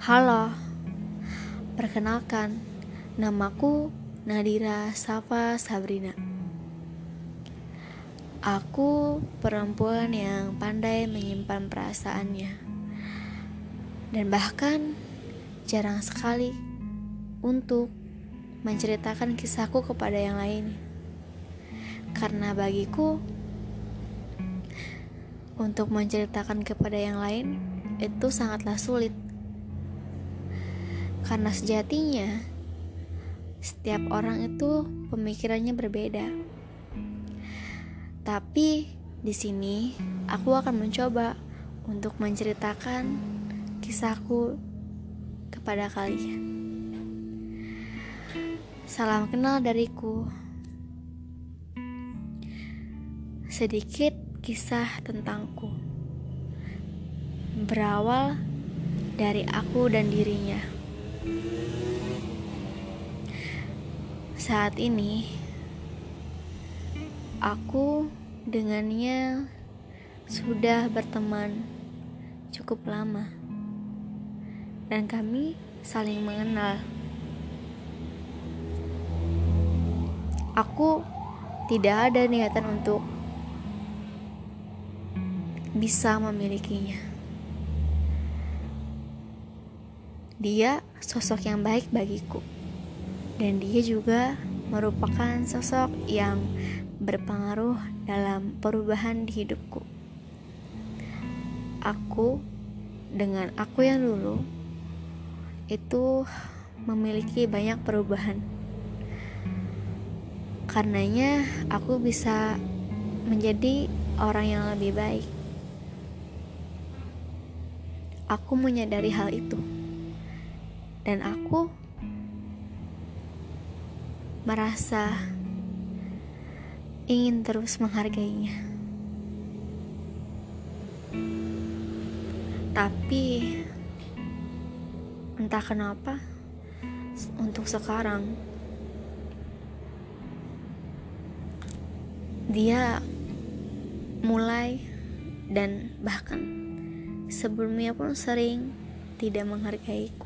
Halo, perkenalkan, namaku Nadira Safa Sabrina. Aku perempuan yang pandai menyimpan perasaannya, dan bahkan jarang sekali untuk menceritakan kisahku kepada yang lain. Karena bagiku, untuk menceritakan kepada yang lain itu sangatlah sulit. Karena sejatinya setiap orang itu pemikirannya berbeda. Tapi di sini aku akan mencoba untuk menceritakan kisahku kepada kalian. Salam kenal dariku. Sedikit kisah tentangku. Berawal dari aku dan dirinya. Saat ini aku dengannya sudah berteman cukup lama, dan kami saling mengenal. Aku tidak ada niatan untuk bisa memilikinya. Dia sosok yang baik bagiku, dan dia juga merupakan sosok yang berpengaruh dalam perubahan di hidupku. Aku dengan aku yang dulu itu memiliki banyak perubahan. Karenanya aku bisa menjadi orang yang lebih baik. Aku menyadari hal itu, dan aku merasa ingin terus menghargainya. Tapi entah kenapa untuk sekarang dia mulai dan bahkan sebelumnya pun sering tidak menghargaiku.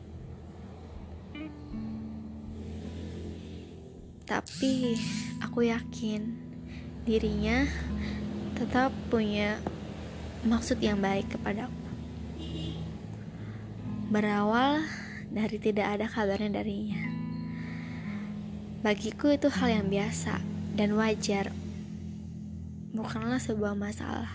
Tapi aku yakin dirinya tetap punya maksud yang baik kepadaku. Berawal dari tidak ada kabarnya darinya. Bagiku itu hal yang biasa dan wajar, bukanlah sebuah masalah.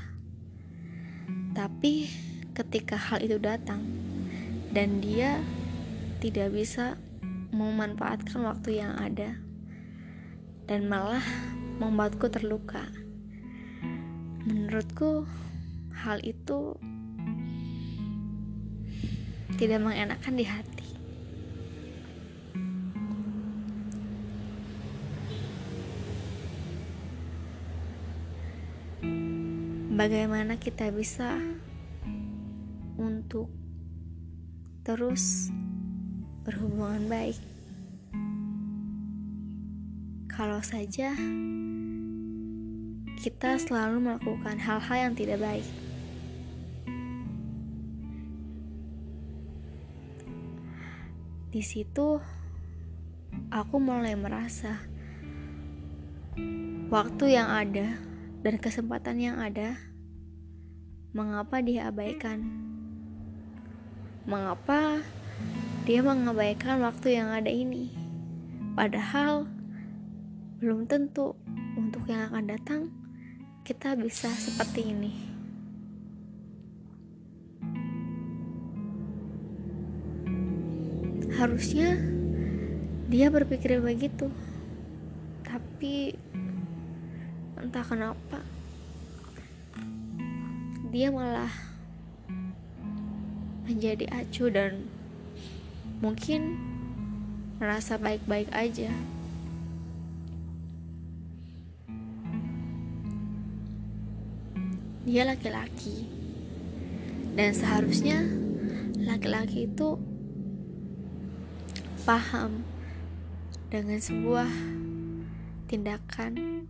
Tapi ketika hal itu datang dan dia tidak bisa memanfaatkan waktu yang ada dan malah membuatku terluka, menurutku hal itu tidak mengenakan di hati. Bagaimana kita bisa untuk terus berhubungan baik kalau saja kita selalu melakukan hal-hal yang tidak baik? Di situ aku mulai merasa waktu yang ada dan kesempatan yang ada, mengapa dia abaikan? Mengapa dia mengabaikan waktu yang ada ini? Padahal belum tentu untuk yang akan datang kita bisa seperti ini. Harusnya dia berpikir begitu, tapi entah kenapa dia malah menjadi acuh dan mungkin merasa baik-baik aja. Dia laki-laki, dan seharusnya laki-laki itu paham dengan sebuah tindakan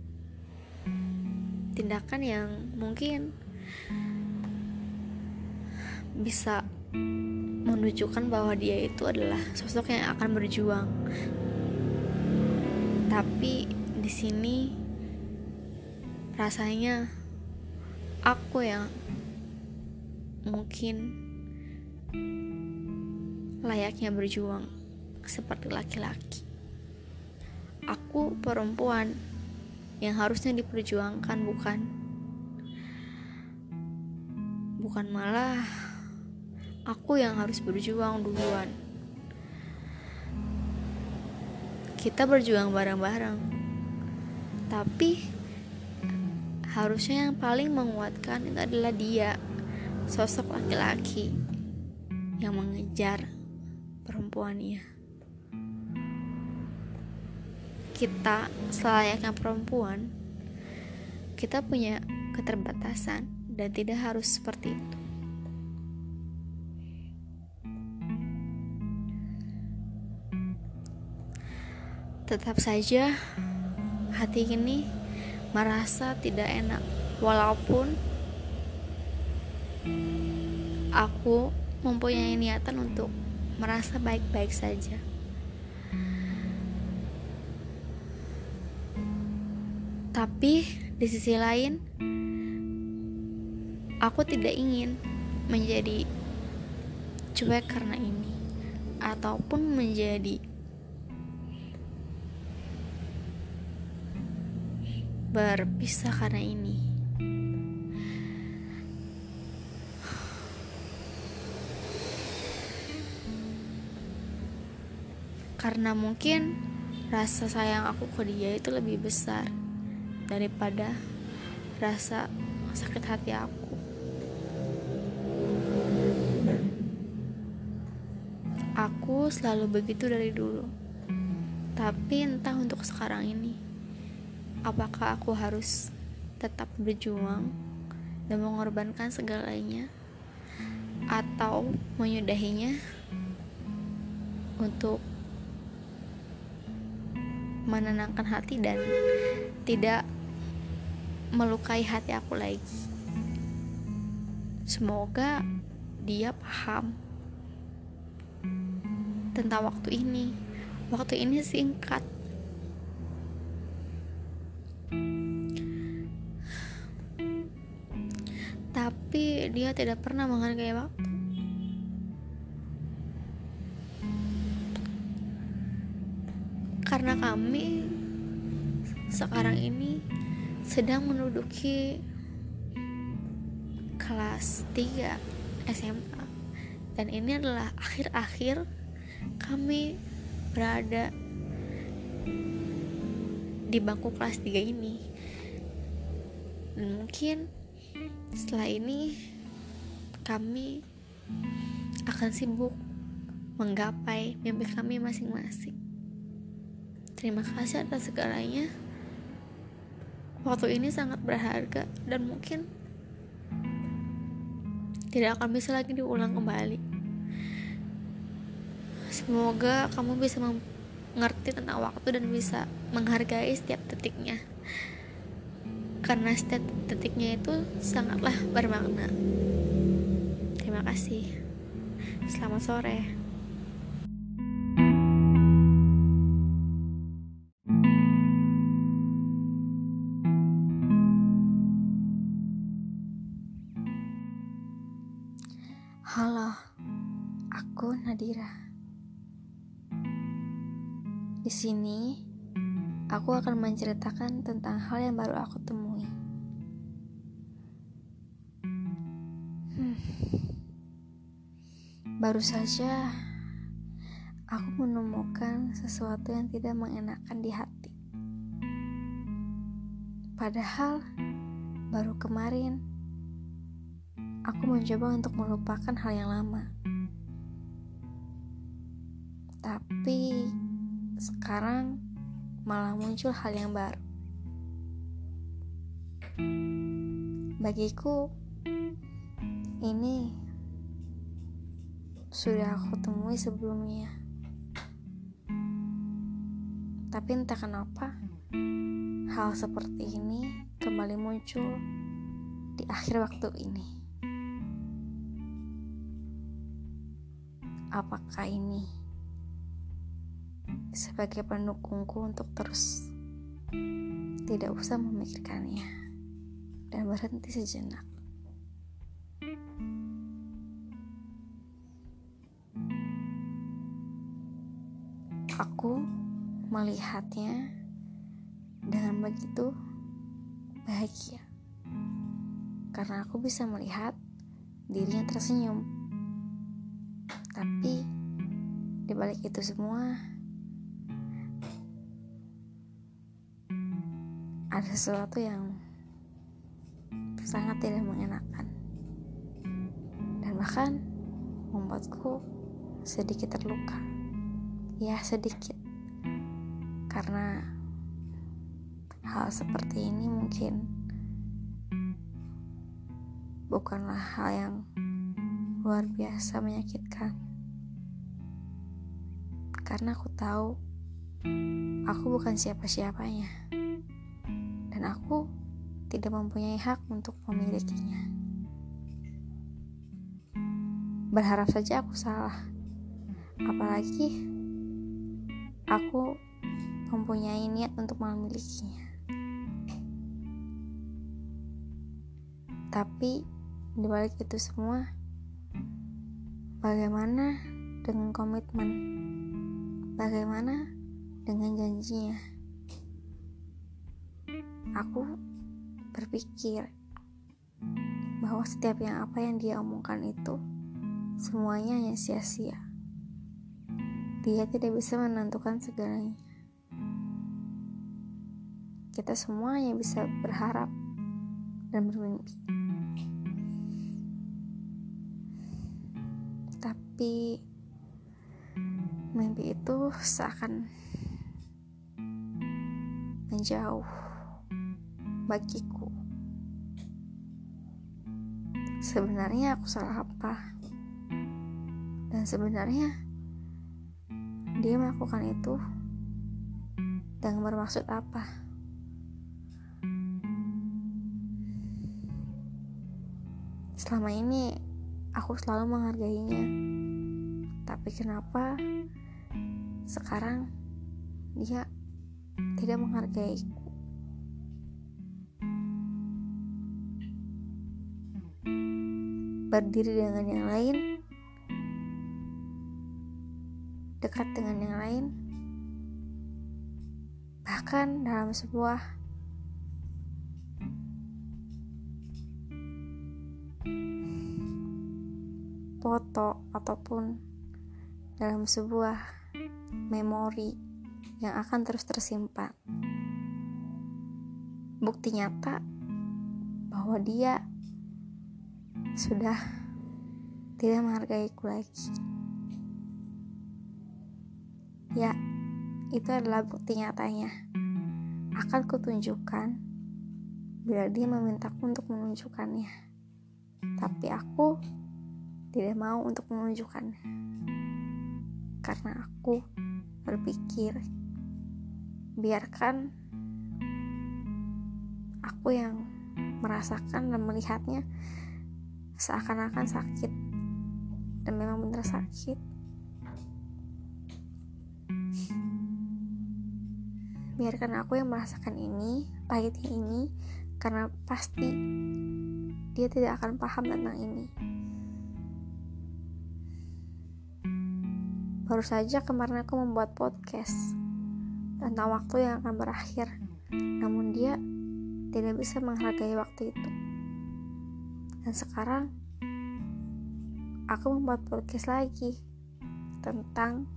yang mungkin bisa menunjukkan bahwa dia itu adalah sosok yang akan berjuang. Tapi di sini rasanya aku yang mungkin layaknya berjuang seperti laki-laki. Aku perempuan yang harusnya diperjuangkan, bukan malah aku yang harus berjuang duluan. Kita berjuang bareng-bareng, tapi harusnya yang paling menguatkan itu adalah dia, sosok laki-laki yang mengejar perempuannya. Kita selayaknya perempuan, kita punya keterbatasan dan tidak harus seperti itu. Tetap saja hati ini merasa tidak enak, walaupun aku mempunyai niatan untuk merasa baik-baik saja. Tapi di sisi lain, aku tidak ingin menjadi cuek karena ini, ataupun menjadi berpisah karena ini. Karena mungkin rasa sayang aku ke dia itu lebih besar daripada rasa sakit hati aku. Aku selalu begitu dari dulu. Tapi entah untuk sekarang ini, apakah aku harus tetap berjuang dan mengorbankan segalanya, atau menyudahinya untuk menenangkan hati dan tidak melukai hati aku lagi. Semoga dia paham tentang waktu ini. Waktu ini singkat, tapi dia tidak pernah menghargai waktu. Karena kami sekarang ini sedang menduduki kelas 3 SMA, dan ini adalah akhir-akhir kami berada di bangku kelas 3 ini. Dan mungkin setelah ini kami akan sibuk menggapai mimpi kami masing-masing. Terima kasih atas segalanya. Waktu ini sangat berharga dan mungkin tidak akan bisa lagi diulang kembali. Semoga kamu bisa mengerti tentang waktu dan bisa menghargai setiap detiknya, karena setiap detiknya itu sangatlah bermakna. Terima kasih. Selamat sore. Halo, aku Nadira. Di sini, aku akan menceritakan tentang hal yang baru aku temui. Baru saja, aku menemukan sesuatu yang tidak mengenakan di hati. Padahal, baru kemarin, aku mencoba untuk melupakan hal yang lama. Tapi sekarang malah muncul hal yang baru. Bagiku, ini sudah aku temui sebelumnya. Tapi entah kenapa, hal seperti ini kembali muncul di akhir waktu ini. apakah ini sebagai pendukungku untuk terus tidak usah memikirkannya dan berhenti sejenak. Aku melihatnya dengan begitu bahagia karena aku bisa melihat dirinya tersenyum. Tapi di balik itu semua ada sesuatu yang sangat tidak mengenakan dan bahkan membuatku sedikit terluka. Ya, sedikit, karena hal seperti ini mungkin bukanlah hal yang luar biasa menyakitkan, karena aku tahu aku bukan siapa-siapanya dan aku tidak mempunyai hak untuk memilikinya. Berharap saja aku salah, apalagi aku mempunyai niat untuk memilikinya. Tapi di balik itu semua, bagaimana dengan komitmen? Bagaimana dengan janjinya? Aku berpikir bahwa setiap apa yang dia omongkan itu semuanya hanya sia-sia. Dia tidak bisa menentukan segalanya. Kita semua hanya bisa berharap dan bermimpi. Tapi mimpi itu seakan menjauh bagiku. Sebenarnya aku salah apa? Dan sebenarnya dia melakukan itu dengan bermaksud apa? Selama ini aku selalu menghargainya, tapi kenapa sekarang dia tidak menghargaiku? Berdiri dengan yang lain, dekat dengan yang lain, bahkan dalam sebuah foto ataupun dalam sebuah memori yang akan terus tersimpan. Bukti nyata bahwa dia sudah tidak menghargaiku lagi. Ya, itu adalah bukti nyatanya. Akan kutunjukkan bila dia memintaku untuk menunjukkannya. Tapi aku tidak mau untuk menunjukkannya. Karena aku berpikir, biarkan aku yang merasakan dan melihatnya seakan-akan sakit. Dan memang benar sakit. Biarkan aku yang merasakan ini, pahitnya ini, karena pasti dia tidak akan paham tentang ini. Baru saja kemarin aku membuat podcast tentang waktu yang akan berakhir, namun dia tidak bisa menghargai waktu itu. Dan sekarang aku membuat podcast lagi tentang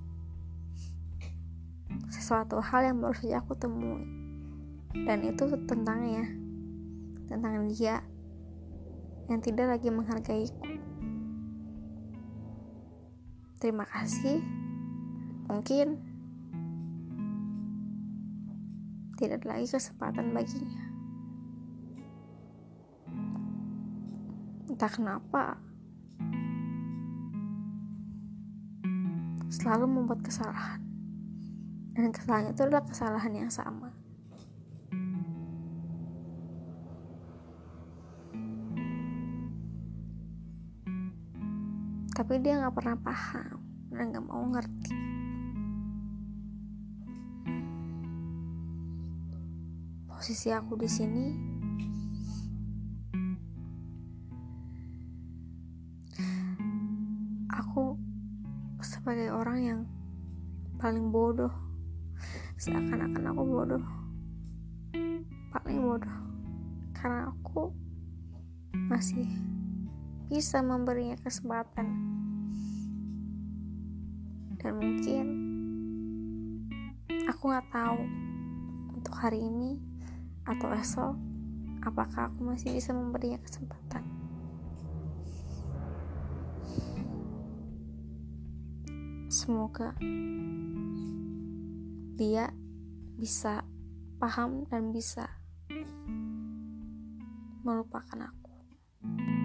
sesuatu hal yang baru saja aku temui, dan itu tentang dia yang tidak lagi menghargaiku. Terima kasih. Mungkin tidak ada lagi kesempatan baginya. Entah kenapa selalu membuat kesalahan, dan kesalahan itu adalah kesalahan yang sama. Tapi dia gak pernah paham dan gak mau ngerti. Posisi aku di sini, aku sebagai orang yang paling bodoh, seakan-akan aku bodoh, paling bodoh, karena aku masih bisa memberinya kesempatan. Dan mungkin aku gak tahu untuk hari ini atau esok apakah aku masih bisa memberinya kesempatan. Semoga dia bisa paham dan bisa melupakan aku.